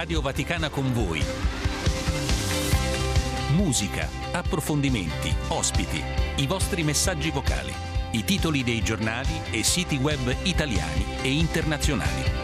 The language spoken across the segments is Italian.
Radio Vaticana con voi. Musica, approfondimenti, ospiti, i vostri messaggi vocali, i titoli dei giornali e siti web italiani e internazionali.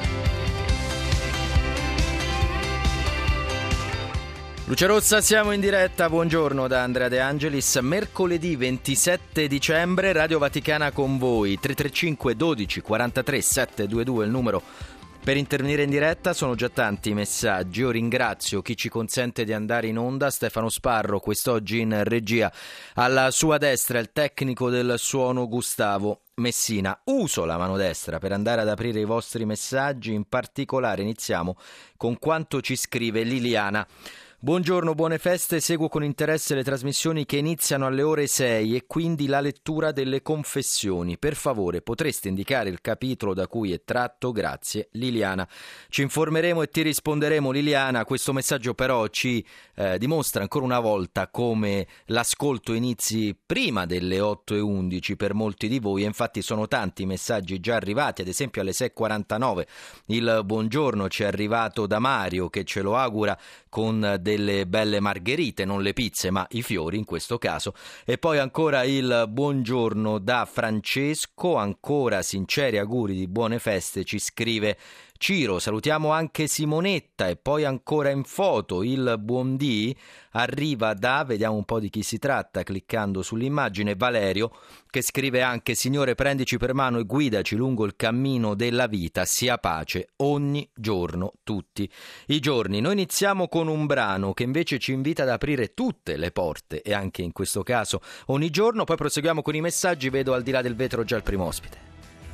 Luce Rossa, siamo in diretta, buongiorno da Andrea De Angelis, mercoledì 27 dicembre, Radio Vaticana con voi, 335 12 43 722 il numero per intervenire in diretta. Sono già tanti i messaggi, io ringrazio chi ci consente di andare in onda, Stefano Sparro, quest'oggi in regia, alla sua destra il tecnico del suono Gustavo Messina. Uso la mano destra per andare ad aprire i vostri messaggi, in particolare iniziamo con quanto ci scrive Liliana. Buongiorno, buone feste, seguo con interesse le trasmissioni che iniziano alle ore 6 e quindi la lettura delle confessioni. Per favore, potreste indicare il capitolo da cui è tratto? Grazie, Liliana. Ci informeremo e ti risponderemo, Liliana. Questo messaggio però ci dimostra ancora una volta come l'ascolto inizi prima delle 8:11 per molti di voi, e infatti sono tanti i messaggi già arrivati, ad esempio alle 6:49 il buongiorno ci è arrivato da Mario che ce lo augura con delle belle margherite, non le pizze ma i fiori in questo caso, e poi ancora il buongiorno da Francesco, ancora sinceri auguri di buone feste, ci scrive Ciro. Salutiamo anche Simonetta e poi ancora in foto il buondì arriva da, vediamo un po' di chi si tratta cliccando sull'immagine, Valerio, che scrive anche: Signore, prendici per mano e guidaci lungo il cammino della vita, sia pace ogni giorno, tutti i giorni. Noi iniziamo con un brano che invece ci invita ad aprire tutte le porte, e anche in questo caso ogni giorno, poi proseguiamo con i messaggi. Vedo al di là del vetro già il primo ospite.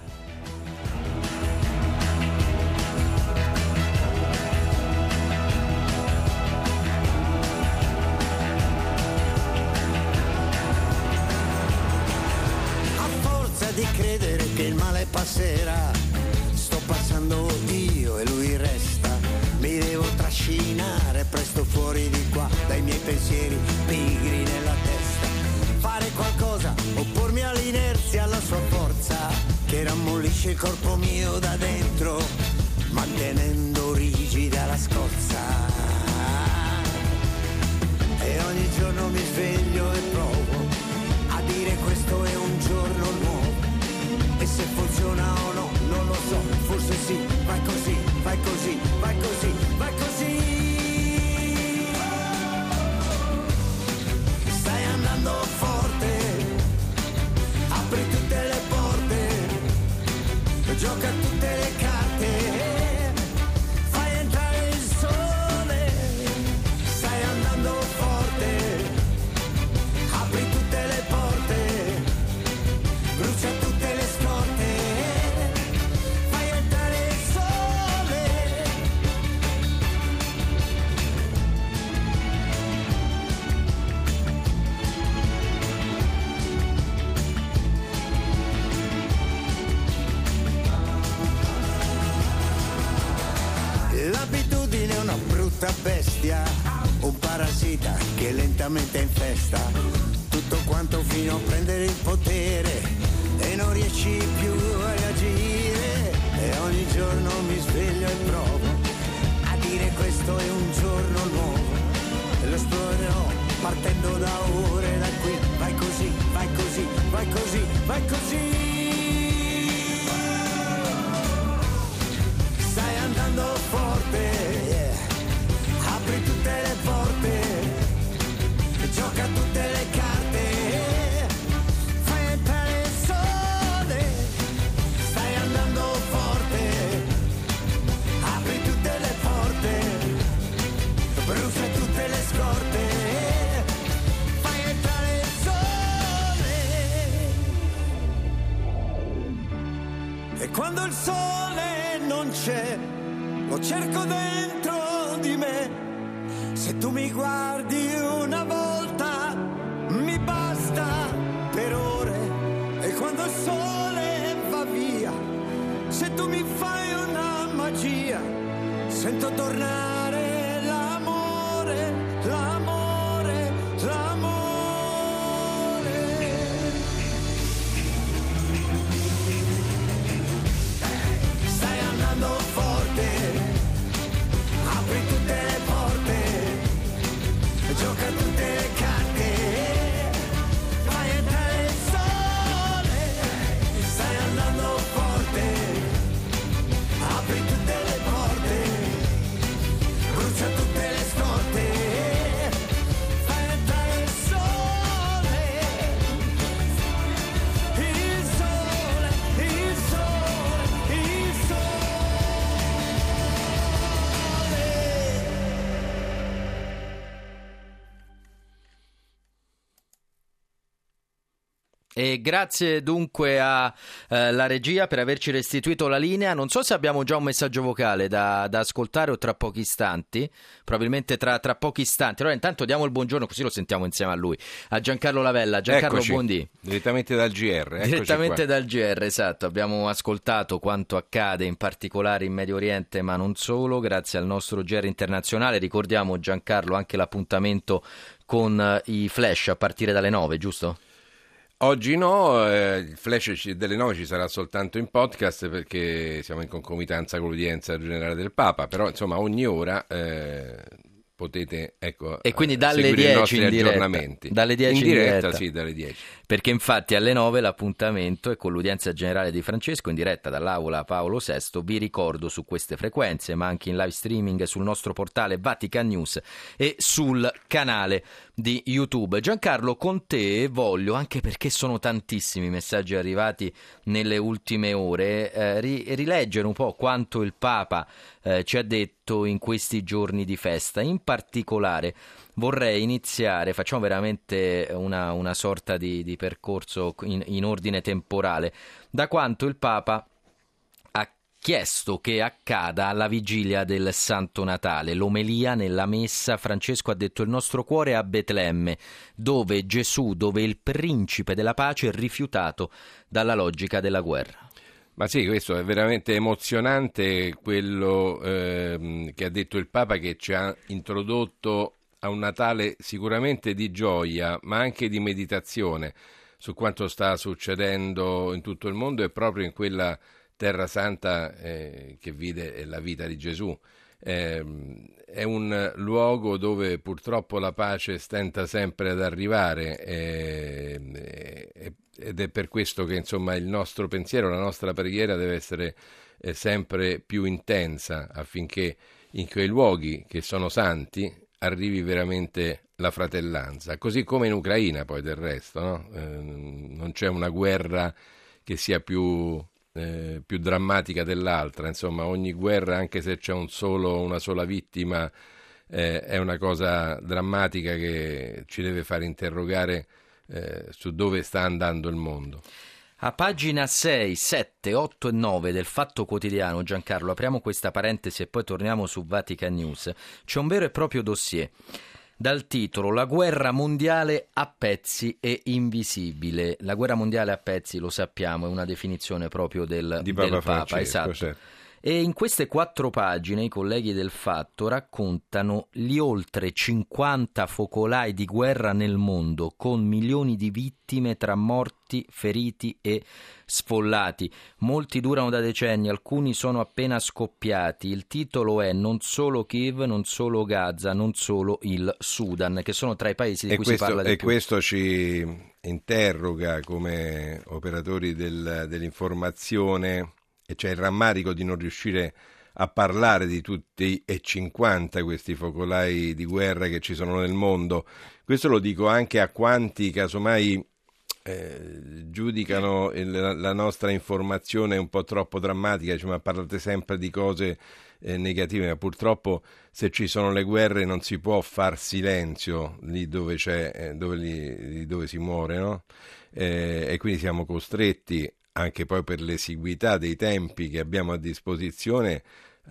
Di credere che il male passerà, sto passando io e lui resta, mi devo trascinare presto fuori di qua dai miei pensieri pigri nella testa, fare qualcosa, oppormi all'inerzia, alla sua forza che rammollisce il corpo mio da dentro, mantenendo rigida la scorza, e ogni giorno mi sveglio e provo a dire questo è un giorno nuovo. E se funziona o no, non lo so, forse sì, vai così, vai così, vai così, vai così. Stai andando forte, apri tutte le porte, gioca tutte le carte, fai entrare il sole. Stai andando forte, apri tutte le porte, brucia tutte le scorte, fai entrare il sole. L'abitudine è una brutta bestia, un parassita che lentamente infesta tutto quanto fino a prendere il potere e non riesci più a reagire, e ogni giorno mi sveglio e provo a dire questo è un giorno nuovo, e lo esplorerò partendo da ore, da qui, vai così, vai così, vai così, vai così. Stai andando forte, yeah. Apri tutte le porte, gioca tutte le carte, fai entrare il sole. Stai andando forte, apri tutte le porte, brucia tutte le scorte, fai entrare il sole. E quando il sole non c'è, lo cerco dentro di me. Se tu mi guardi una volta, mi basta per ore. E quando il sole va via, se tu mi fai una magia, sento tornare l'amore, l'amore, l'amore. Stai andando forte, apri tutte E grazie dunque alla regia per averci restituito la linea. Non so se abbiamo già un messaggio vocale da ascoltare o tra pochi istanti, probabilmente tra pochi istanti. Allora intanto diamo il buongiorno, così lo sentiamo insieme a lui, a Giancarlo Lavella. Giancarlo, eccoci, buondì. Direttamente dal GR. Direttamente dal GR, esatto. Abbiamo ascoltato quanto accade in particolare in Medio Oriente, ma non solo, grazie al nostro GR internazionale. Ricordiamo, Giancarlo, anche l'appuntamento con i flash a partire dalle 9, giusto? Oggi no, il flash delle 9 ci sarà soltanto in podcast perché siamo in concomitanza con l'udienza generale del Papa, però insomma ogni ora potete e quindi dalle seguire 10 i nostri in diretta, aggiornamenti. Dalle 10 in diretta, sì, dalle 10. Perché infatti alle 9 l'appuntamento è con l'udienza generale di Francesco in diretta dall'Aula Paolo VI. Vi ricordo su queste frequenze, ma anche in live streaming sul nostro portale Vatican News e sul canale di YouTube. Giancarlo, con te voglio, anche perché sono tantissimi messaggi arrivati nelle ultime ore, rileggere un po' quanto il Papa ci ha detto in questi giorni di festa. In particolare vorrei iniziare, facciamo veramente una sorta di percorso in ordine temporale, da quanto il Papa ha chiesto che accada alla vigilia del Santo Natale. L'omelia nella messa, Francesco ha detto: il nostro cuore è a Betlemme, dove Gesù, dove il principe della pace è rifiutato dalla logica della guerra. Ma sì, questo è veramente emozionante, quello che ha detto il Papa, che ci ha introdotto a un Natale sicuramente di gioia, ma anche di meditazione su quanto sta succedendo in tutto il mondo e proprio in quella Terra Santa che vide la vita di Gesù. È un luogo dove purtroppo la pace stenta sempre ad arrivare ed è per questo che insomma il nostro pensiero, la nostra preghiera deve essere sempre più intensa affinché in quei luoghi che sono santi arrivi veramente la fratellanza, così come in Ucraina poi del resto, no? Non c'è una guerra che sia più drammatica dell'altra, insomma ogni guerra, anche se c'è una sola vittima, è una cosa drammatica che ci deve fare interrogare su dove sta andando il mondo. A pagina 6, 7, 8 e 9 del Fatto Quotidiano, Giancarlo, apriamo questa parentesi e poi torniamo su Vatican News, c'è un vero e proprio dossier dal titolo La guerra mondiale a pezzi e invisibile. La guerra mondiale a pezzi, lo sappiamo, è una definizione proprio del Papa, Francesco, esatto. certo. E in queste 4 pagine i colleghi del Fatto raccontano gli oltre 50 focolai di guerra nel mondo, con milioni di vittime tra morti, feriti e sfollati. Molti durano da decenni, alcuni sono appena scoppiati. Il titolo è Non solo Kiev, non solo Gaza, non solo il Sudan, che sono tra i paesi di cui si parla di più. E questo ci interroga come operatori dell'informazione, e c'è il rammarico di non riuscire a parlare di tutti e 50 questi focolai di guerra che ci sono nel mondo. Questo lo dico anche a quanti casomai giudicano la nostra informazione un po' troppo drammatica, cioè, ma parlate sempre di cose negative, ma purtroppo se ci sono le guerre non si può far silenzio lì dove c'è, dove si muore, no? E quindi siamo costretti, anche poi per l'esiguità dei tempi che abbiamo a disposizione,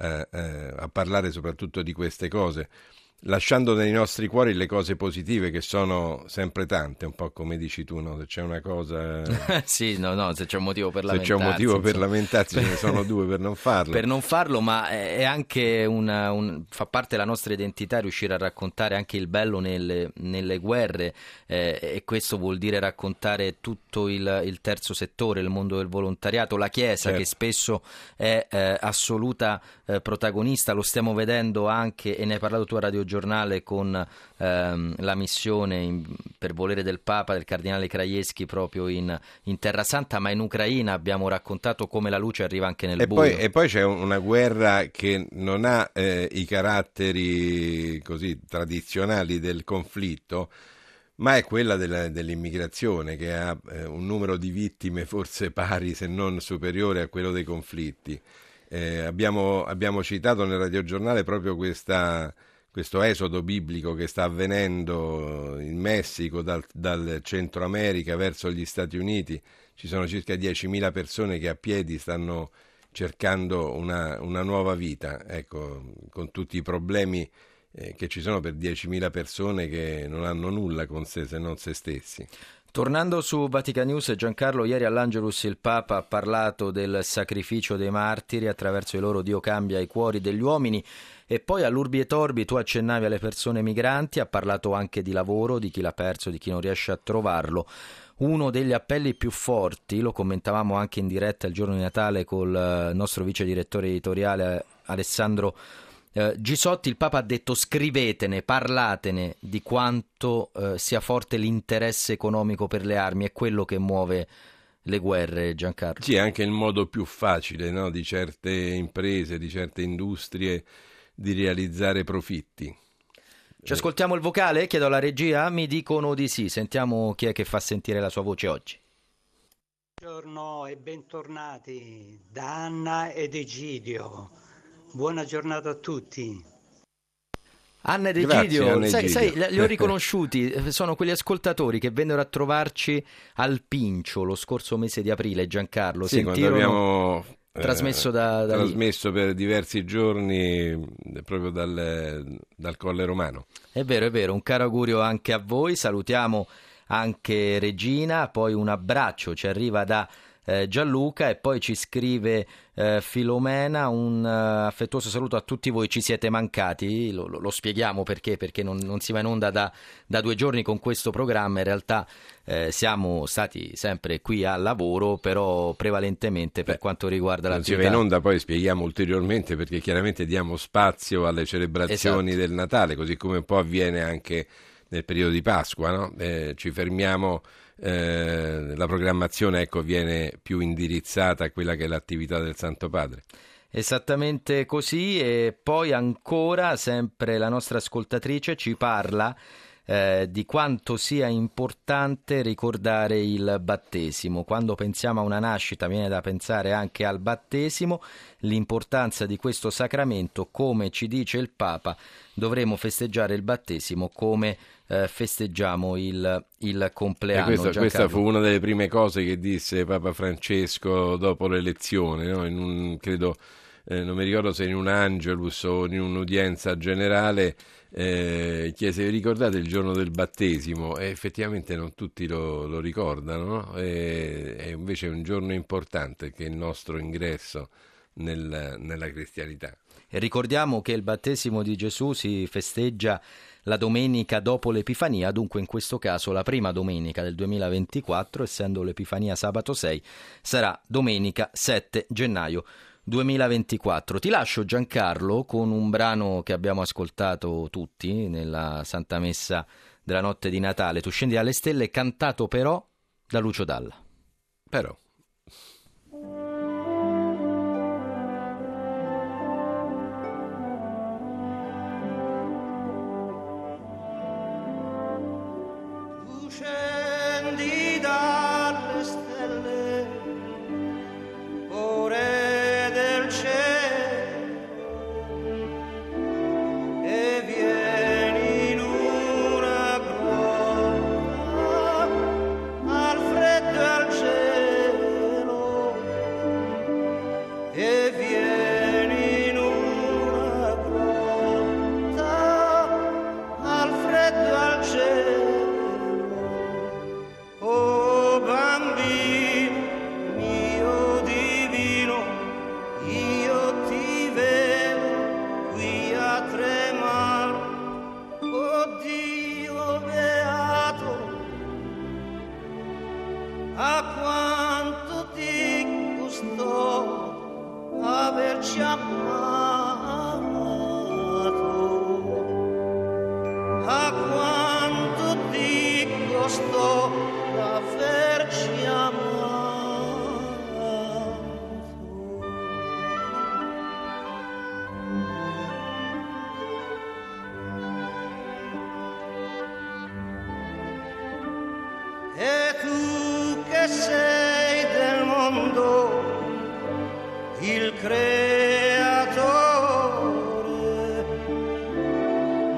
a parlare soprattutto di queste cose, lasciando nei nostri cuori le cose positive, che sono sempre tante, un po' come dici tu, no? Se c'è una cosa sì, no, se c'è un motivo per lamentarsi, se c'è un motivo per lamentarsi, ce ne sono due per non farlo. Per non farlo, ma è anche fa parte della nostra identità riuscire a raccontare anche il bello nelle guerre, e questo vuol dire raccontare tutto il terzo settore, il mondo del volontariato, la Chiesa, certo, che spesso è assoluta protagonista. Lo stiamo vedendo anche, e ne hai parlato tu a Radio Giornale, con la missione per volere del Papa del cardinale Krajewski proprio in Terra Santa, ma in Ucraina abbiamo raccontato come la luce arriva anche nel buio. E poi c'è una guerra che non ha i caratteri così tradizionali del conflitto, ma è quella dell'immigrazione, che ha un numero di vittime forse pari se non superiore a quello dei conflitti. Abbiamo citato nel radiogiornale proprio questa questo esodo biblico che sta avvenendo in Messico dal Centro America verso gli Stati Uniti. Ci sono circa 10.000 persone che a piedi stanno cercando una nuova vita, ecco, con tutti i problemi che ci sono per 10.000 persone che non hanno nulla con sé se non se stessi. Tornando su Vatican News, Giancarlo, ieri all'Angelus il Papa ha parlato del sacrificio dei martiri, attraverso i loro Dio cambia i cuori degli uomini, e poi all'Urbi et Orbi tu accennavi alle persone migranti, ha parlato anche di lavoro, di chi l'ha perso, di chi non riesce a trovarlo. Uno degli appelli più forti, lo commentavamo anche in diretta il giorno di Natale col nostro vice direttore editoriale Alessandro Gisotti, il Papa ha detto: scrivetene, parlatene di quanto sia forte l'interesse economico per le armi, è quello che muove le guerre, Giancarlo. Sì, è anche il modo più facile, no, di certe imprese, di certe industrie di realizzare profitti. Ci ascoltiamo il vocale? Chiedo alla regia, mi dicono di sì. Sentiamo chi è che fa sentire la sua voce oggi. Buongiorno e bentornati da Anna ed Egidio. Buona giornata a tutti. Anna ed Egidio, sai, li ho riconosciuti, sono quegli ascoltatori che vennero a trovarci al Pincio lo scorso mese di aprile, Giancarlo. Sì, quando abbiamo trasmesso trasmesso per diversi giorni proprio dal Colle Romano. È vero, un caro augurio anche a voi, salutiamo anche Regina, poi un abbraccio ci arriva da Gianluca, e poi ci scrive Filomena, un affettuoso saluto a tutti voi, ci siete mancati, lo spieghiamo perché non si va in onda da 2 giorni con questo programma, in realtà siamo stati sempre qui al lavoro, però prevalentemente per quanto riguarda l'attività. Non si va in onda, poi spieghiamo ulteriormente, perché chiaramente diamo spazio alle celebrazioni del Natale, così come un po' avviene anche nel periodo di Pasqua, no? Ci fermiamo, la programmazione viene più indirizzata a quella che è l'attività del Santo Padre. Esattamente così. E poi ancora sempre la nostra ascoltatrice ci parla di quanto sia importante ricordare il battesimo. Quando pensiamo a una nascita viene da pensare anche al battesimo, l'importanza di questo sacramento. Come ci dice il Papa, dovremo festeggiare il battesimo come festeggiamo il compleanno. Questa fu una delle prime cose che disse Papa Francesco dopo l'elezione, no? Credo, non mi ricordo se in un Angelus o in un'udienza generale, chiese: ricordate il giorno del battesimo? E effettivamente non tutti lo ricordano, no? E invece è un giorno importante, che è il nostro ingresso nella cristianità. E ricordiamo che il battesimo di Gesù si festeggia la domenica dopo l'Epifania, dunque in questo caso la prima domenica del 2024, essendo l'Epifania sabato 6, sarà domenica 7 gennaio 2024. Ti lascio, Giancarlo, con un brano che abbiamo ascoltato tutti nella Santa Messa della notte di Natale. Tu scendi dalle stelle, cantato però da Lucio Dalla. Però scendi dalle stelle, o Re del cielo, e vieni in una grotta al freddo e al cielo, e vieni in una grotta al freddo e al cielo. Oh bambino mio divino, io ti vedo qui a tremare. Oh Dio beato, a quanto ti costò averci amato, a quanto ti costò averci amato. E tu che sei del mondo il creatore,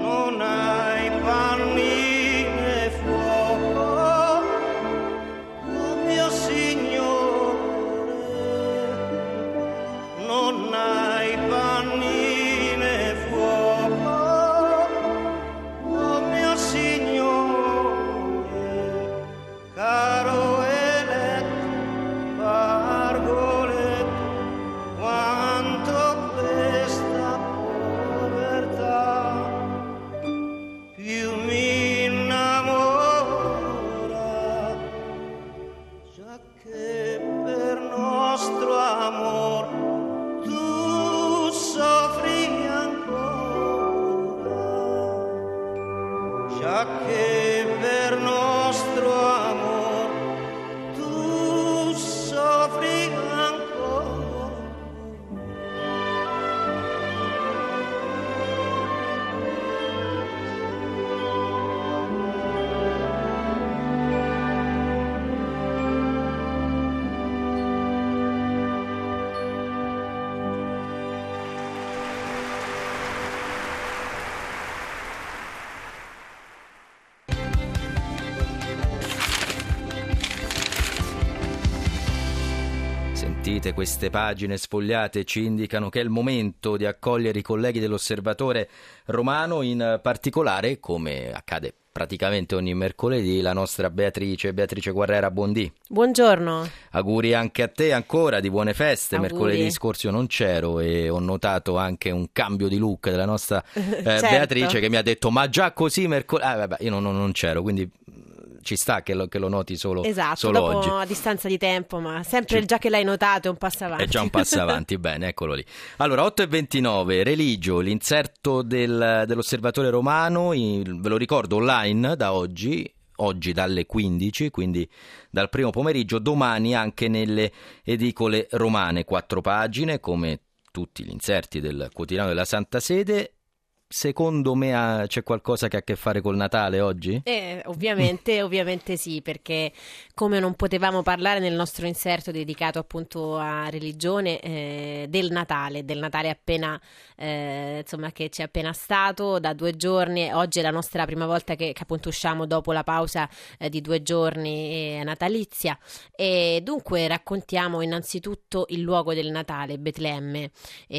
sentite, queste pagine sfogliate ci indicano che è il momento di accogliere i colleghi dell'Osservatore Romano, in particolare, come accade praticamente ogni mercoledì, la nostra Beatrice Guerrera. Buongiorno. Auguri anche a te ancora, di buone feste. Auguri. Mercoledì scorso non c'ero e ho notato anche un cambio di look della nostra Certo. Beatrice, che mi ha detto ma già così mercoledì? Io non c'ero, quindi ci sta che lo noti solo, Esatto, solo dopo oggi. a distanza di tempo, ma sempre già che l'hai notato è un passo avanti. È già un passo avanti, bene, eccolo lì. Allora, 8:29, Religio, l'inserto dell'Osservatore Romano, ve lo ricordo, online da oggi dalle 15, quindi dal primo pomeriggio, domani anche nelle edicole romane, 4 pagine, come tutti gli inserti del quotidiano della Santa Sede. Secondo me c'è qualcosa che ha a che fare col Natale oggi? Ovviamente sì, perché come non potevamo parlare nel nostro inserto dedicato appunto a religione del Natale appena insomma, che c'è appena stato da 2 giorni. Oggi è la nostra prima volta che appunto usciamo dopo la pausa di 2 giorni natalizia, e dunque raccontiamo innanzitutto il luogo del Natale, Betlemme,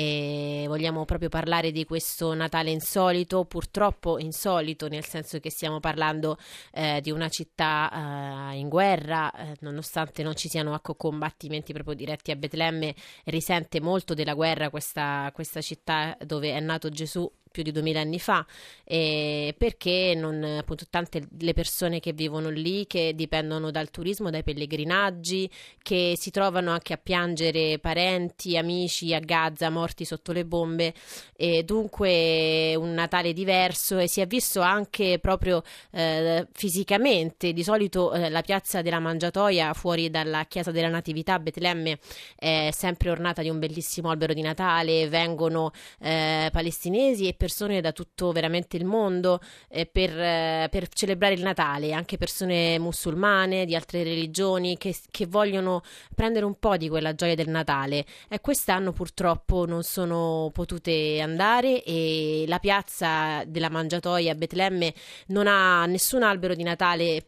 e vogliamo proprio parlare di questo Natale insolito, purtroppo insolito, nel senso che stiamo parlando di una città in guerra, nonostante non ci siano combattimenti proprio diretti a Betlemme, risente molto della guerra questa città dove è nato Gesù più di 2000 anni fa, perché appunto tante le persone che vivono lì, che dipendono dal turismo, dai pellegrinaggi, che si trovano anche a piangere parenti, amici a Gaza morti sotto le bombe, e dunque un Natale diverso, e si è visto anche proprio fisicamente. Di solito la piazza della Mangiatoia fuori dalla chiesa della Natività a Betlemme è sempre ornata di un bellissimo albero di Natale, vengono palestinesi e persone da tutto veramente il mondo per celebrare il Natale, anche persone musulmane di altre religioni che vogliono prendere un po' di quella gioia del Natale, e quest'anno purtroppo non sono potute andare, e la piazza della Mangiatoia a Betlemme non ha nessun albero di Natale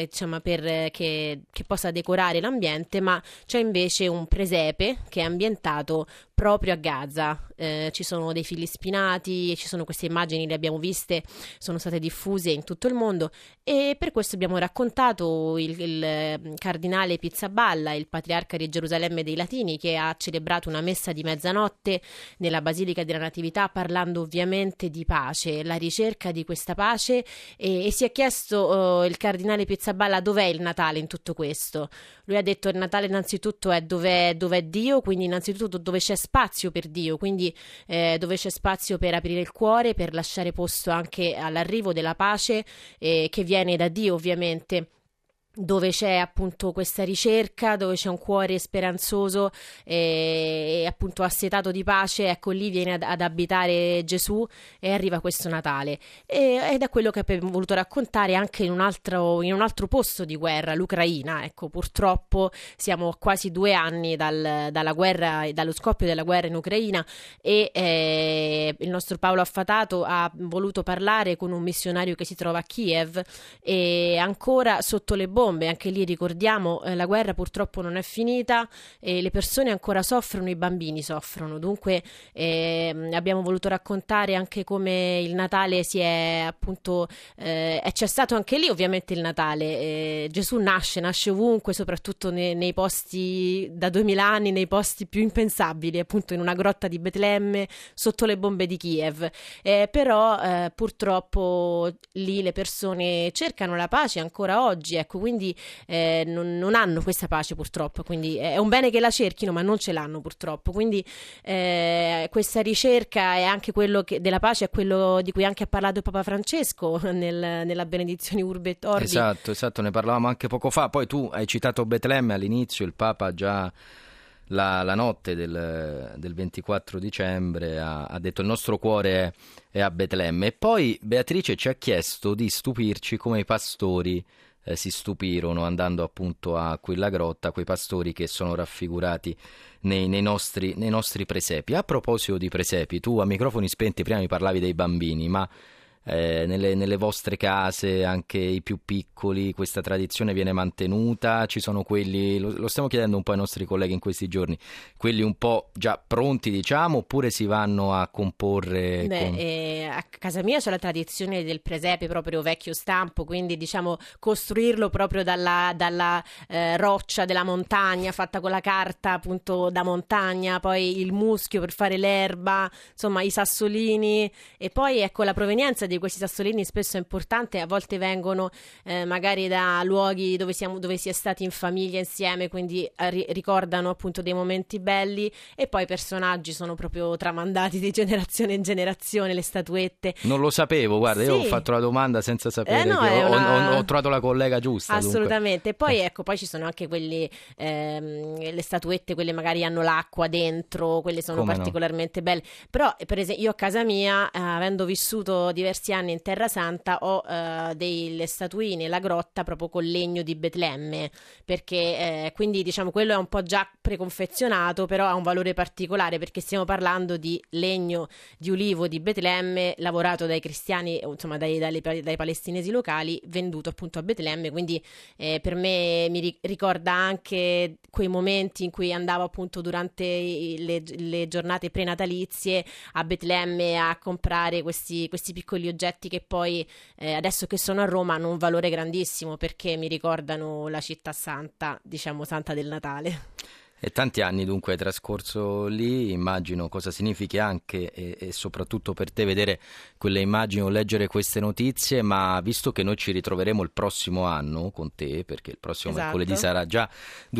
che possa decorare l'ambiente, ma c'è invece un presepe che è ambientato proprio a Gaza. Ci sono dei fili spinati, e ci sono queste immagini, le abbiamo viste, sono state diffuse in tutto il mondo, e per questo abbiamo raccontato il cardinale Pizzaballa, il patriarca di Gerusalemme dei Latini, che ha celebrato una messa di mezzanotte nella Basilica della Natività, parlando ovviamente di pace, la ricerca di questa pace, e si è chiesto il cardinale Pizzaballa dov'è il Natale in tutto questo. Lui ha detto: il Natale innanzitutto è dove è Dio, quindi innanzitutto dove c'è spazio per Dio, quindi dove c'è spazio per aprire il cuore, per lasciare posto anche all'arrivo della pace che viene da Dio, ovviamente. Dove c'è appunto questa ricerca, dove c'è un cuore speranzoso e appunto assetato di pace, ecco, lì viene ad abitare Gesù, e arriva questo Natale. Ed è quello che abbiamo voluto raccontare anche in un altro posto di guerra, l'Ucraina. Ecco, purtroppo siamo a quasi 2 anni dalla guerra e dallo scoppio della guerra in Ucraina, e il nostro Paolo Affatato ha voluto parlare con un missionario che si trova a Kiev, e ancora sotto le bombe. Anche lì ricordiamo, la guerra purtroppo non è finita, e le persone ancora soffrono, i bambini soffrono. Dunque abbiamo voluto raccontare anche come il Natale si è appunto c'è stato anche lì ovviamente il Natale. Gesù nasce ovunque, soprattutto nei posti da 2000 anni, nei posti più impensabili, appunto in una grotta di Betlemme sotto le bombe di Kiev, però purtroppo lì le persone cercano la pace ancora oggi, ecco, quindi non hanno questa pace purtroppo, quindi è un bene che la cerchino, ma non ce l'hanno purtroppo. Quindi questa ricerca è anche quello della pace, è quello di cui anche ha parlato Papa Francesco nella benedizione Urbi et Orbi. Esatto, ne parlavamo anche poco fa. Poi tu hai citato Betlemme all'inizio, il Papa già la notte del 24 dicembre ha detto: il nostro cuore è a Betlemme. E poi Beatrice ci ha chiesto di stupirci come i pastori si stupirono andando appunto a quella grotta, quei pastori che sono raffigurati nei nostri presepi. A proposito di presepi, tu a microfoni spenti prima mi parlavi dei bambini, ma nelle vostre case, anche i più piccoli, questa tradizione viene mantenuta? Ci sono quelli, lo stiamo chiedendo un po' ai nostri colleghi in questi giorni, quelli un po' già pronti, diciamo, oppure si vanno a comporre? A casa mia c'è la tradizione del presepe proprio vecchio stampo, quindi diciamo costruirlo proprio dalla roccia della montagna, fatta con la carta appunto da montagna, poi il muschio per fare l'erba, insomma i sassolini, e poi ecco la provenienza di questi sassolini spesso è importante, a volte vengono magari da luoghi dove si è stati in famiglia insieme, quindi ricordano appunto dei momenti belli, e poi i personaggi sono proprio tramandati di generazione in generazione, le statuette. Non lo sapevo, guarda, sì. Io ho fatto la domanda senza sapere, ho trovato la collega giusta. Assolutamente. Dunque. E poi ci sono anche quelli, le statuette, quelle magari hanno l'acqua dentro, quelle sono particolarmente belle. Però per esempio io a casa mia, avendo vissuto diversi anni in Terra Santa, ho delle statuine, la grotta proprio col legno di Betlemme, perché quindi diciamo quello è un po' già preconfezionato, però ha un valore particolare perché stiamo parlando di legno di ulivo di Betlemme lavorato dai cristiani, insomma dai palestinesi locali, venduto appunto a Betlemme, quindi per me mi ricorda anche quei momenti in cui andavo appunto durante le giornate prenatalizie a Betlemme a comprare questi piccoli oggetti che poi adesso che sono a Roma hanno un valore grandissimo perché mi ricordano la città santa, diciamo santa del Natale. E tanti anni dunque hai trascorso lì, immagino cosa significhi anche e soprattutto per te vedere quelle immagini o leggere queste notizie, ma visto che noi ci ritroveremo il prossimo anno con te, perché il prossimo mercoledì sarà già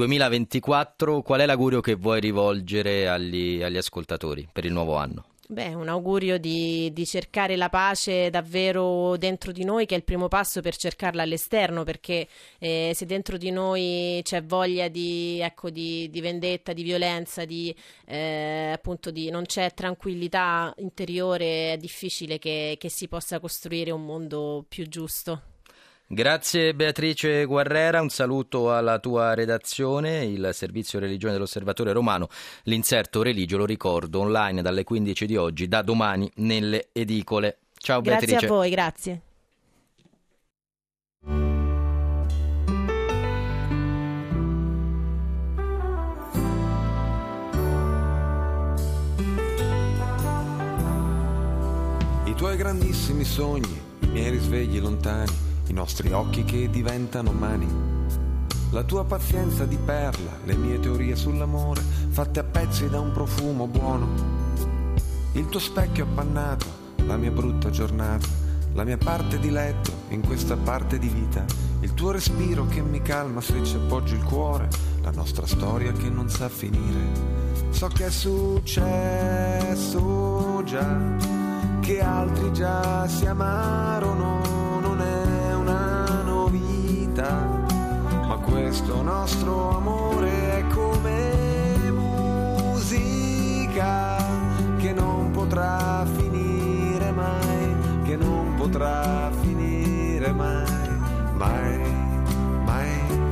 2024, qual è l'augurio che vuoi rivolgere agli ascoltatori per il nuovo anno? Un augurio di cercare la pace davvero dentro di noi, che è il primo passo per cercarla all'esterno, perché se dentro di noi c'è voglia di vendetta, di violenza, appunto non c'è tranquillità interiore, è difficile che si possa costruire un mondo più giusto. Grazie Beatrice Guerrera, un saluto alla tua redazione, il servizio religione dell'Osservatore Romano, l'inserto religio, lo ricordo, online dalle 15 di oggi, da domani nelle edicole. Ciao Beatrice. Grazie a voi, grazie. I tuoi grandissimi sogni, i miei risvegli lontani, i nostri occhi che diventano mani, la tua pazienza di perla, le mie teorie sull'amore fatte a pezzi da un profumo buono, il tuo specchio appannato, la mia brutta giornata, la mia parte di letto in questa parte di vita, il tuo respiro che mi calma se ci appoggio il cuore, la nostra storia che non sa finire. So che è successo già, che altri già si amarono, non è una novità, ma questo nostro amore è come musica che non potrà finire mai, che non potrà finire mai, mai, mai.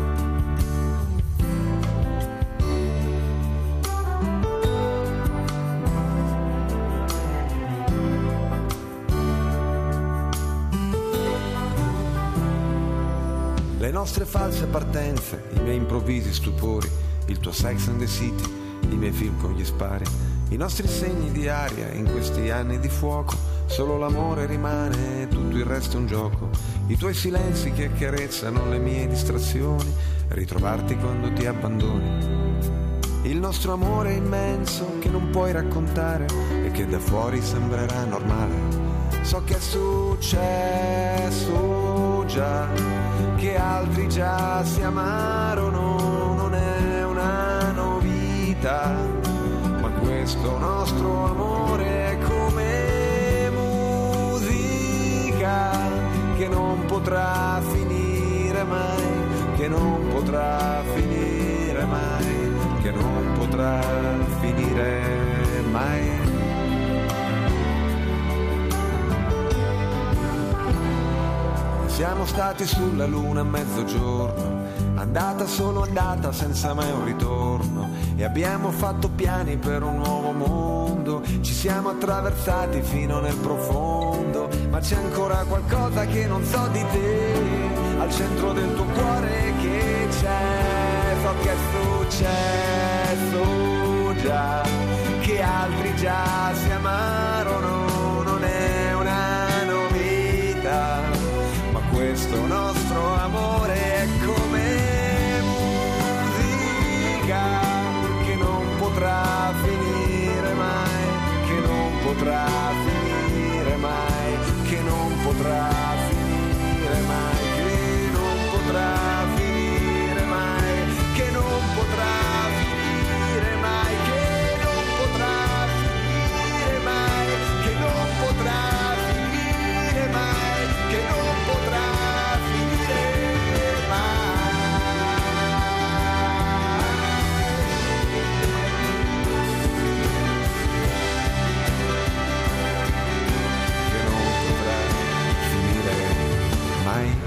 Le nostre false partenze, i miei improvvisi stupori, il tuo Sex and the City, i miei film con gli spari, i nostri segni di aria in questi anni di fuoco, solo l'amore rimane, tutto il resto è un gioco, i tuoi silenzi che accarezzano le mie distrazioni, ritrovarti quando ti abbandoni, il nostro amore immenso che non puoi raccontare e che da fuori sembrerà normale. So che è successo già, che altri già si amarono, non è una novità, ma questo nostro amore è come musica che non potrà finire mai, che non potrà finire mai, che non potrà finire mai. Siamo stati sulla luna a mezzogiorno, andata solo andata senza mai un ritorno, e abbiamo fatto piani per un nuovo mondo. mondo, ci siamo attraversati fino nel profondo, ma c'è ancora qualcosa che non so di te, al centro del tuo cuore che c'è, so che è successo già, che altri già si amarono, non è una novità, ma questo nostro amore è come musica che non potrà finire mai, che non potrà finire mai, che non potrà finire mai, che non potrà finire mai, che non potrà finire mai, che non potrà finire mai, che non potrà finire mai, che non potrà finire mai.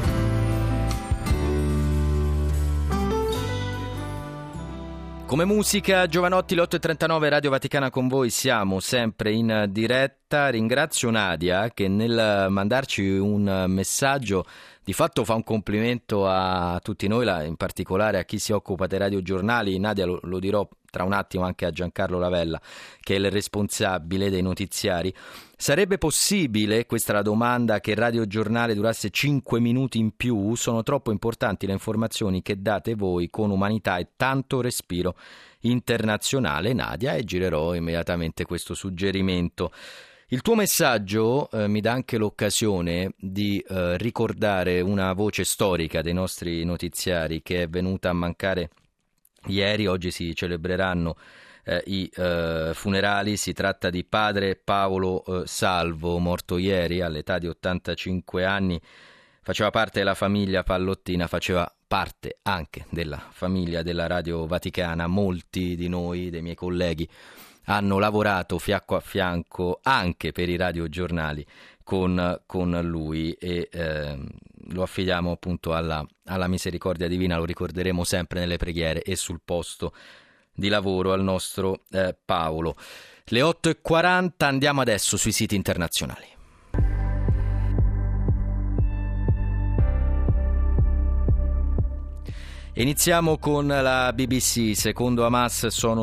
Come musica, Giovanotti, le 8.39, Radio Vaticana con voi, siamo sempre in diretta. Ringrazio Nadia che nel mandarci un messaggio di fatto fa un complimento a tutti noi, in particolare a chi si occupa dei radiogiornali. Nadia, lo dirò tra un attimo anche a Giancarlo Lavella, che è il responsabile dei notiziari. Sarebbe possibile, questa è la domanda, che il radiogiornale durasse 5 minuti in più? Sono troppo importanti le informazioni che date voi con umanità e tanto respiro internazionale, Nadia, e girerò immediatamente questo suggerimento. Il tuo messaggio mi dà anche l'occasione di ricordare una voce storica dei nostri notiziari che è venuta a mancare ieri. Oggi si celebreranno i funerali. Si tratta di padre Paolo Salvo, morto ieri all'età di 85 anni. Faceva parte della famiglia Pallottina, faceva parte anche della famiglia della Radio Vaticana. Molti di noi, dei miei colleghi, hanno lavorato fianco a fianco anche per i radiogiornali con lui e lo affidiamo appunto alla misericordia divina. Lo ricorderemo sempre nelle preghiere e sul posto di lavoro al nostro Paolo. Le 8.40, andiamo adesso sui siti internazionali. Iniziamo con la BBC. Secondo Hamas sono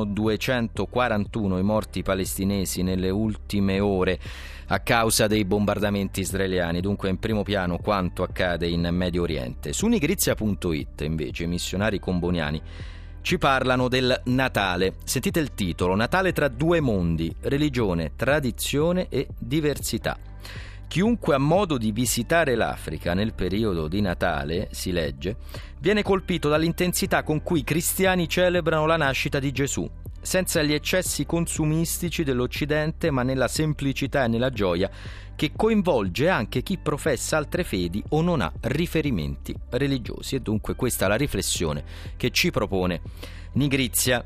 241 i morti palestinesi nelle ultime ore a causa dei bombardamenti israeliani. Dunque in primo piano quanto accade in Medio Oriente. Su Nigrizia.it invece i missionari comboniani ci parlano del Natale. Sentite il titolo: Natale tra due mondi, religione, tradizione e diversità. Chiunque ha modo di visitare l'Africa nel periodo di Natale, si legge, viene colpito dall'intensità con cui i cristiani celebrano la nascita di Gesù, senza gli eccessi consumistici dell'Occidente, ma nella semplicità e nella gioia che coinvolge anche chi professa altre fedi o non ha riferimenti religiosi. E dunque questa è la riflessione che ci propone Nigrizia.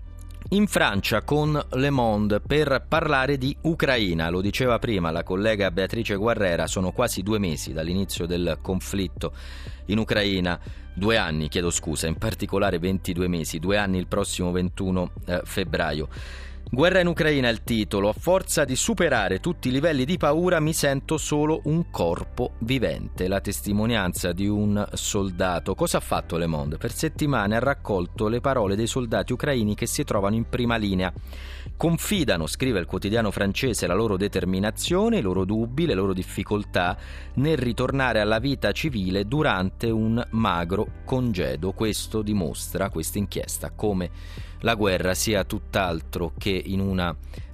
In Francia con Le Monde per parlare di Ucraina. Lo diceva prima la collega Beatrice Guerrera, sono quasi 2 mesi dall'inizio del conflitto in Ucraina. 2 anni, chiedo scusa, in particolare 22 mesi, 2 anni il prossimo 21 febbraio. Guerra in Ucraina è il titolo. A forza di superare tutti i livelli di paura mi sento solo un corpo vivente. La testimonianza di un soldato. Cosa ha fatto Le Monde? Per settimane ha raccolto le parole dei soldati ucraini che si trovano in prima linea. Confidano, scrive il quotidiano francese, la loro determinazione, i loro dubbi, le loro difficoltà nel ritornare alla vita civile durante un magro congedo. Questo dimostra, questa inchiesta, come la guerra sia tutt'altro che in una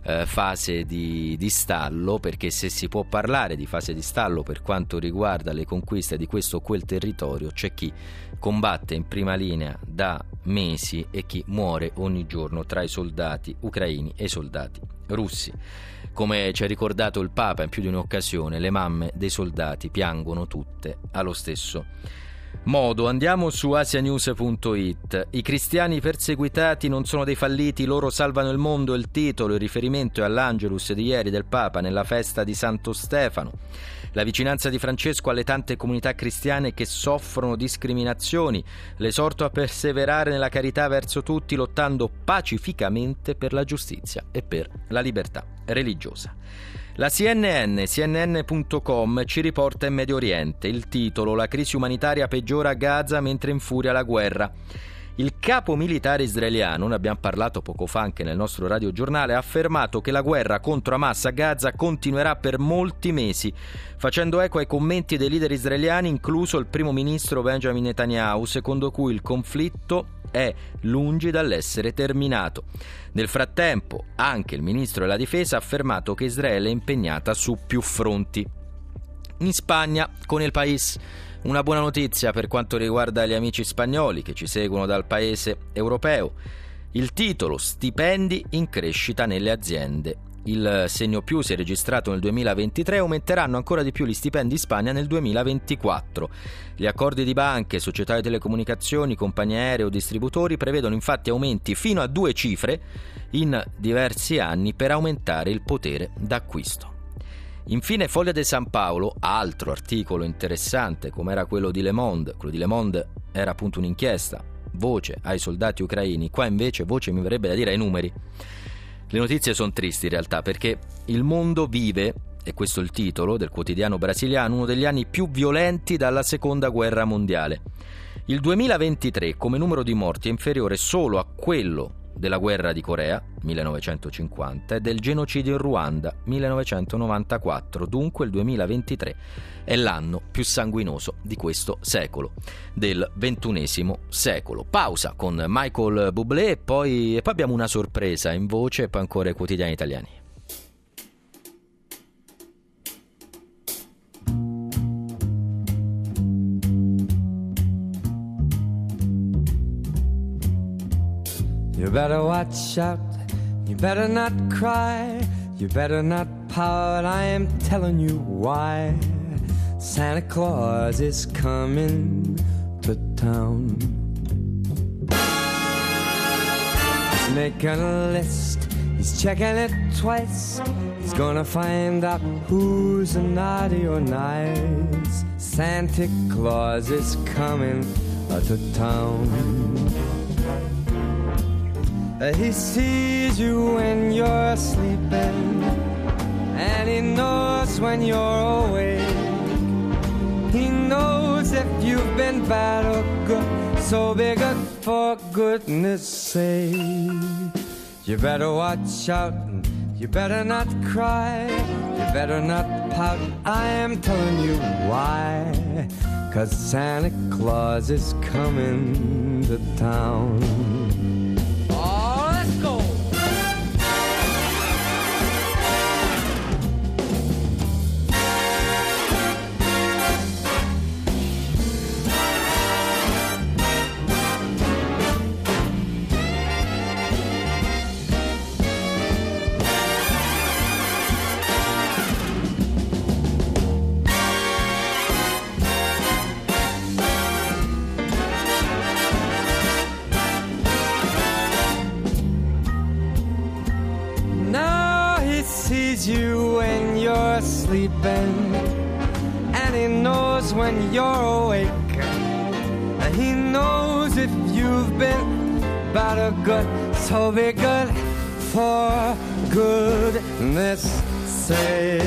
fase di stallo, perché se si può parlare di fase di stallo per quanto riguarda le conquiste di questo o quel territorio, c'è chi combatte in prima linea da mesi e chi muore ogni giorno tra i soldati ucraini e i soldati russi. Come ci ha ricordato il Papa in più di un'occasione, le mamme dei soldati piangono tutte allo stesso Modo, andiamo su asianews.it. I cristiani perseguitati non sono dei falliti, loro salvano il mondo. Il titolo, il riferimento è all'Angelus di ieri del Papa nella festa di Santo Stefano. La vicinanza di Francesco alle tante comunità cristiane che soffrono discriminazioni, l'esorto a perseverare nella carità verso tutti, lottando pacificamente per la giustizia e per la libertà religiosa. La CNN.com ci riporta in Medio Oriente. Il titolo: la crisi umanitaria peggiora a Gaza mentre infuria la guerra. Il capo militare israeliano, ne abbiamo parlato poco fa anche nel nostro radiogiornale, ha affermato che la guerra contro Hamas a Gaza continuerà per molti mesi, facendo eco ai commenti dei leader israeliani, incluso il primo ministro Benjamin Netanyahu, secondo cui il conflitto è lungi dall'essere terminato. Nel frattempo, anche il ministro della difesa ha affermato che Israele è impegnata su più fronti. In Spagna, con El País, una buona notizia per quanto riguarda gli amici spagnoli che ci seguono dal paese europeo. Il titolo: stipendi in crescita nelle aziende. Il segno più si è registrato nel 2023, aumenteranno ancora di più gli stipendi in Spagna nel 2024. Gli accordi di banche, società di telecomunicazioni, compagnie aeree o distributori prevedono infatti aumenti fino a 2 cifre in diversi anni per aumentare il potere d'acquisto. Infine Foglia de San Paolo, altro articolo interessante come era quello di Le Monde. Quello di Le Monde era appunto un'inchiesta, voce ai soldati ucraini, qua invece voce mi verrebbe da dire ai numeri. Le notizie sono tristi in realtà, perché il mondo vive, e questo è il titolo del quotidiano brasiliano, uno degli anni più violenti dalla seconda guerra mondiale. Il 2023 come numero di morti è inferiore solo a quello della guerra di Corea, 1950, e del genocidio in Ruanda, 1994. Dunque il 2023 è l'anno più sanguinoso di questo secolo, del XXI secolo. Pausa con Michael Bublé e poi abbiamo una sorpresa in voce e poi ancora i quotidiani italiani. You better watch out, you better not cry, you better not pout, I am telling you why. Santa Claus is coming to town. He's making a list, he's checking it twice, he's gonna find out who's naughty or nice. Santa Claus is coming to town. He sees you when you're sleeping, and he knows when you're awake. He knows if you've been bad or good, so be good for goodness sake. You better watch out, you better not cry, you better not pout, I am telling you why. 'Cause Santa Claus is coming to town. You when you're sleeping, and he knows when you're awake. He knows if you've been bad or good, so be good for goodness sake.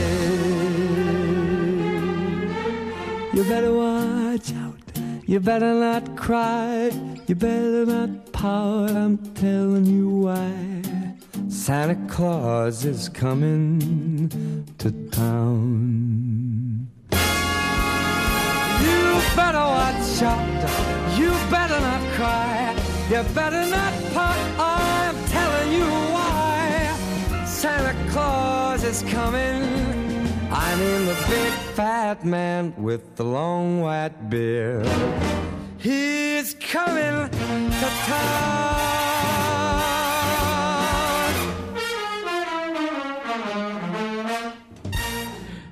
You better watch out, you better not cry, you better not pout, I'm telling you why. Santa Claus is coming to town. You better watch out, you better not cry, you better not pout, I'm telling you why. Santa Claus is coming, I mean the big fat man with the long white beard. He's coming to town.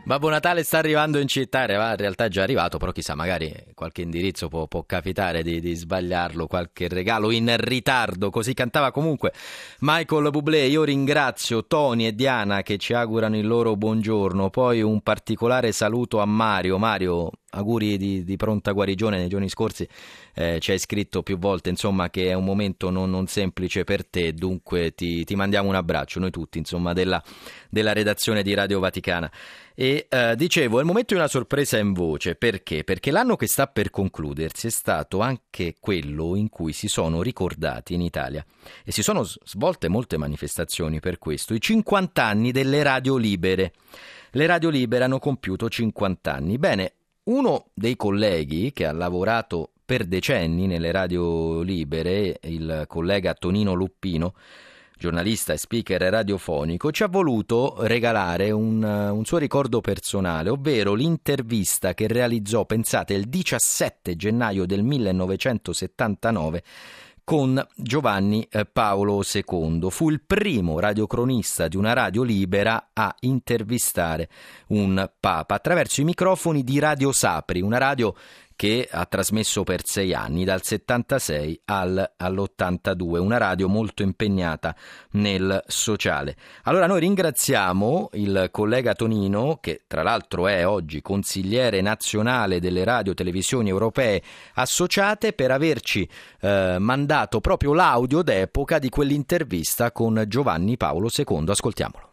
Babbo Natale sta arrivando in città, in realtà è già arrivato, però chissà, magari qualche indirizzo può capitare di sbagliarlo, qualche regalo in ritardo, così cantava comunque Michael Bublé. Io ringrazio Tony e Diana che ci augurano il loro buongiorno, poi un particolare saluto a Mario, auguri di pronta guarigione. Nei giorni scorsi ci hai scritto più volte, insomma, che è un momento non semplice per te, dunque ti mandiamo un abbraccio, noi tutti, insomma, della redazione di Radio Vaticana. E dicevo, è il momento di una sorpresa in voce. Perché? Perché l'anno che sta per concludersi è stato anche quello in cui si sono ricordati in Italia e si sono svolte molte manifestazioni per questo, i 50 anni delle radio libere. Le radio libere hanno compiuto 50 anni. Bene, uno dei colleghi che ha lavorato per decenni nelle radio libere, il collega Tonino Luppino, giornalista e speaker radiofonico, ci ha voluto regalare un suo ricordo personale, ovvero l'intervista che realizzò, pensate, il 17 gennaio del 1979 con Giovanni Paolo II. Fu il primo radiocronista di una radio libera a intervistare un papa attraverso i microfoni di Radio Sapri, una radio che ha trasmesso per 6 anni, dal 76 all'82, una radio molto impegnata nel sociale. Allora noi ringraziamo il collega Tonino, che tra l'altro è oggi consigliere nazionale delle radio televisioni europee associate, per averci mandato proprio l'audio d'epoca di quell'intervista con Giovanni Paolo II. Ascoltiamolo.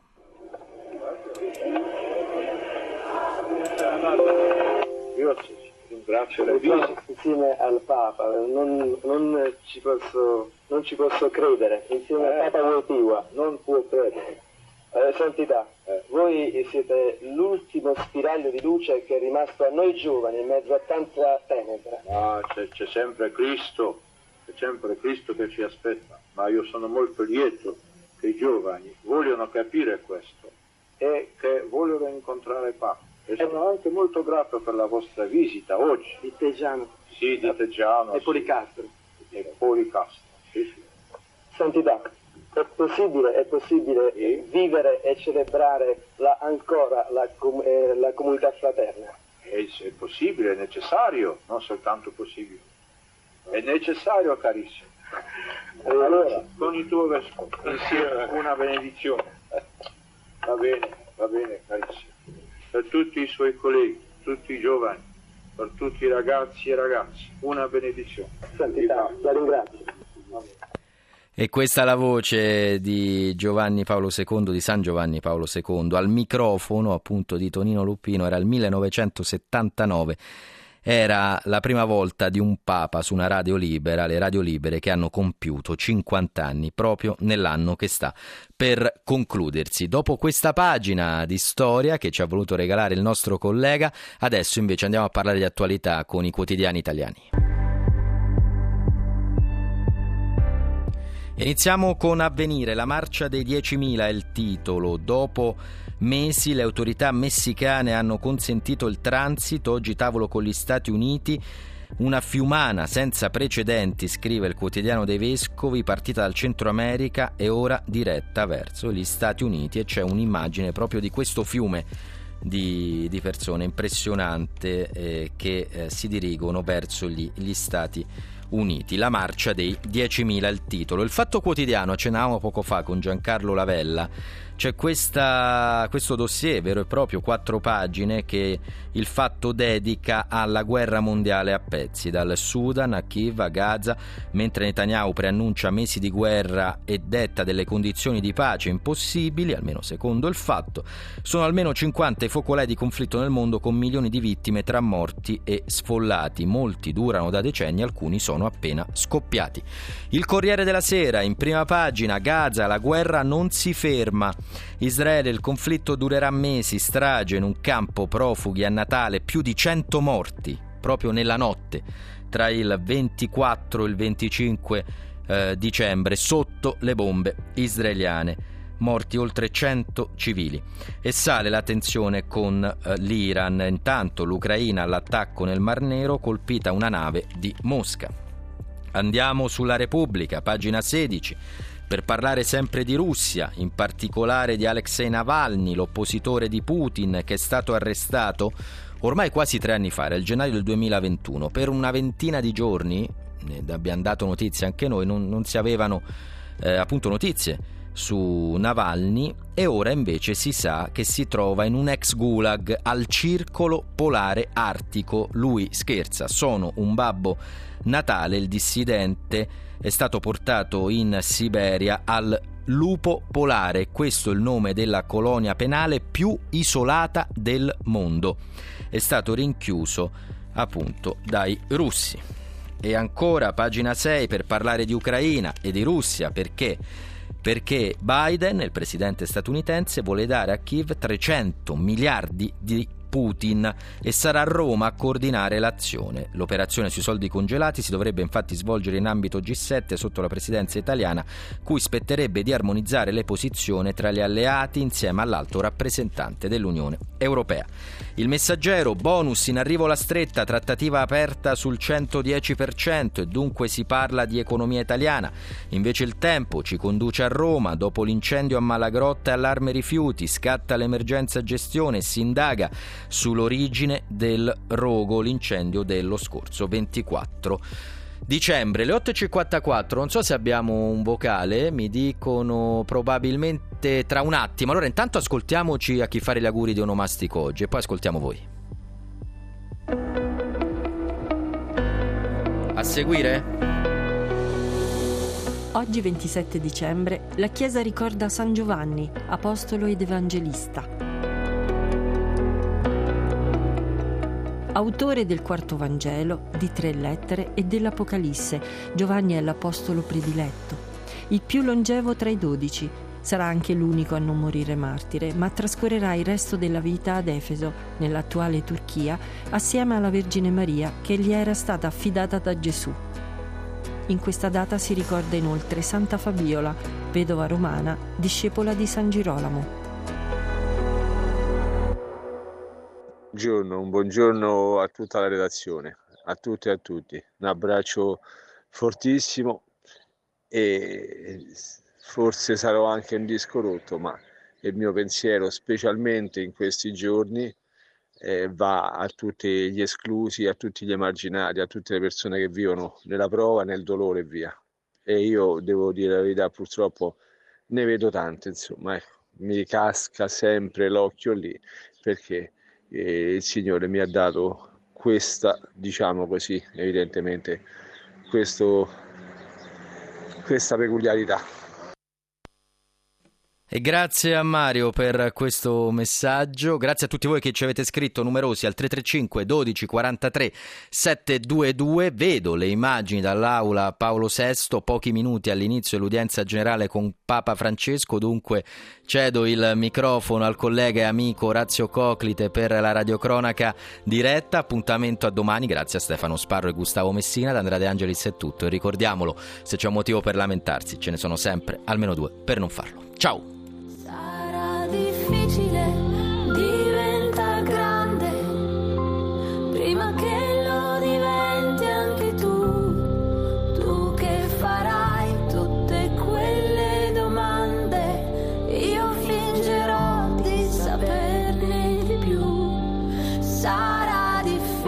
Insieme al Papa, non ci posso credere, insieme al Papa Wojtyła, non può credere. Santità, voi siete l'ultimo spiraglio di luce che è rimasto a noi giovani in mezzo a tanta tenebra. Ah, c'è sempre Cristo che ci aspetta, ma io sono molto lieto che i giovani vogliono capire questo e che vogliono incontrare Papa. E sono anche molto grato per la vostra visita oggi. Di Teggiano. Sì, di Teggiano. E Policastro. E Policastro, sì. Santità, è possibile vivere e celebrare ancora la comunità fraterna? È possibile, è necessario, non soltanto possibile. È necessario, carissimo. Allora, con il tuo vescovo, insieme una benedizione. Va bene, carissimo. Per tutti i suoi colleghi, tutti i giovani, per tutti i ragazzi e ragazze, una benedizione. Santità, la ringrazio. E questa è la voce di Giovanni Paolo II, di San Giovanni Paolo II, al microfono appunto di Tonino Luppino. Era il 1979. Era la prima volta di un papa su una radio libera, le radio libere che hanno compiuto 50 anni proprio nell'anno che sta per concludersi. Dopo questa pagina di storia che ci ha voluto regalare il nostro collega, adesso invece andiamo a parlare di attualità con i quotidiani italiani. Iniziamo con Avvenire, la marcia dei 10.000 è il titolo. Dopo mesi le autorità messicane hanno consentito il transito, oggi tavolo con gli Stati Uniti, una fiumana senza precedenti, scrive il quotidiano dei Vescovi, partita dal Centro America e ora diretta verso gli Stati Uniti, e c'è un'immagine proprio di questo fiume di persone impressionante che si dirigono verso gli Stati Uniti. La marcia dei 10.000 è il titolo. Il Fatto Quotidiano, accennavamo poco fa con Giancarlo Lavella, c'è questo dossier vero e proprio, 4 pagine, che il Fatto dedica alla guerra mondiale a pezzi, dal Sudan a Kiev a Gaza, mentre Netanyahu preannuncia mesi di guerra e detta delle condizioni di pace impossibili, almeno secondo il Fatto. Sono almeno 50 i focolai di conflitto nel mondo, con milioni di vittime tra morti e sfollati. Molti durano da decenni, alcuni sono appena scoppiati. Il Corriere della Sera, in prima pagina, Gaza, la guerra non si ferma. Israele, il conflitto durerà mesi, strage in un campo profughi a Natale, più di 100 morti proprio nella notte tra il 24 e il 25 dicembre sotto le bombe israeliane. Morti oltre 100 civili. E sale la tensione con l'Iran. Intanto l'Ucraina all'attacco nel Mar Nero, colpita una nave di Mosca. Andiamo sulla Repubblica, pagina 16. per parlare sempre di Russia, in particolare di Alexei Navalny, l'oppositore di Putin, che è stato arrestato ormai quasi 3 anni fa, era il gennaio del 2021. Per una ventina di giorni, ne abbiamo dato notizie anche noi, non si avevano appunto notizie su Navalny, e ora invece si sa che si trova in un ex gulag al circolo polare artico. Lui scherza, sono un Babbo Natale. Il dissidente è stato portato in Siberia al lupo polare, questo è il nome della colonia penale più isolata del mondo. È stato rinchiuso appunto dai russi. E ancora pagina 6 per parlare di Ucraina e di Russia, perché Biden, il presidente statunitense, vuole dare a Kiev 300 miliardi di Putin e sarà a Roma a coordinare l'azione. L'operazione sui soldi congelati si dovrebbe infatti svolgere in ambito G7 sotto la presidenza italiana, cui spetterebbe di armonizzare le posizioni tra gli alleati insieme all'alto rappresentante dell'Unione Europea. Il Messaggero, bonus in arrivo la stretta, trattativa aperta sul 110% e dunque si parla di economia italiana. Invece il Tempo ci conduce a Roma, dopo l'incendio a Malagrotta e allarme rifiuti, scatta l'emergenza gestione e si indaga sull'origine del rogo, l'incendio dello scorso 24 dicembre. Le 8.54, non so se abbiamo un vocale, mi dicono probabilmente tra un attimo. Allora intanto ascoltiamoci a chi fare gli auguri di onomastico oggi e poi ascoltiamo voi. A seguire? Oggi 27 dicembre la Chiesa ricorda San Giovanni, apostolo ed evangelista. Autore del quarto Vangelo, di 3 lettere e dell'Apocalisse, Giovanni è l'apostolo prediletto, il più longevo tra i 12. Sarà anche l'unico a non morire martire, ma trascorrerà il resto della vita ad Efeso, nell'attuale Turchia, assieme alla Vergine Maria, che gli era stata affidata da Gesù. In questa data si ricorda inoltre Santa Fabiola, vedova romana, discepola di San Girolamo. Un buongiorno a tutta la redazione, a tutte e a tutti. Un abbraccio fortissimo e forse sarò anche un disco rotto, ma il mio pensiero, specialmente in questi giorni, va a tutti gli esclusi, a tutti gli emarginati, a tutte le persone che vivono nella prova, nel dolore e via. E io devo dire la verità, purtroppo ne vedo tante, insomma, ecco, mi casca sempre l'occhio lì, perché il Signore mi ha dato questa, diciamo così, evidentemente, questa peculiarità. E grazie a Mario per questo messaggio, grazie a tutti voi che ci avete scritto numerosi al 335 12 43 722. Vedo le immagini dall'aula Paolo VI, pochi minuti all'inizio dell'udienza generale con Papa Francesco, dunque cedo il microfono al collega e amico Orazio Coclite per la radiocronaca diretta. Appuntamento a domani, grazie a Stefano Sparro e Gustavo Messina. Da Andrea De Angelis è tutto e ricordiamolo, se c'è un motivo per lamentarsi ce ne sono sempre almeno 2 per non farlo. Ciao! Difficile, diventa grande, prima che lo diventi anche tu che farai tutte quelle domande, io fingerò di saperne di più, sarà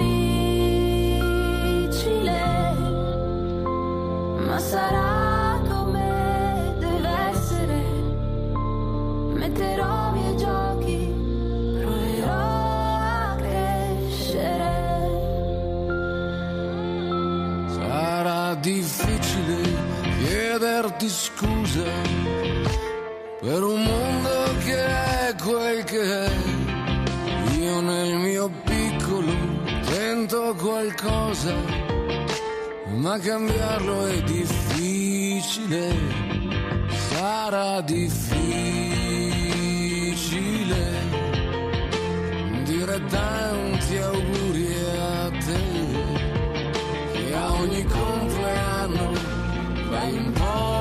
difficile, ma sarà come deve essere. Metterò i miei giochi, proverò a crescere. Sarà difficile chiederti scusa per un mondo che è quel che è. Io nel mio piccolo tento qualcosa, ma cambiarlo è difficile. Sarà difficile dire tanti auguri a te, che a ogni compleanno vai un po'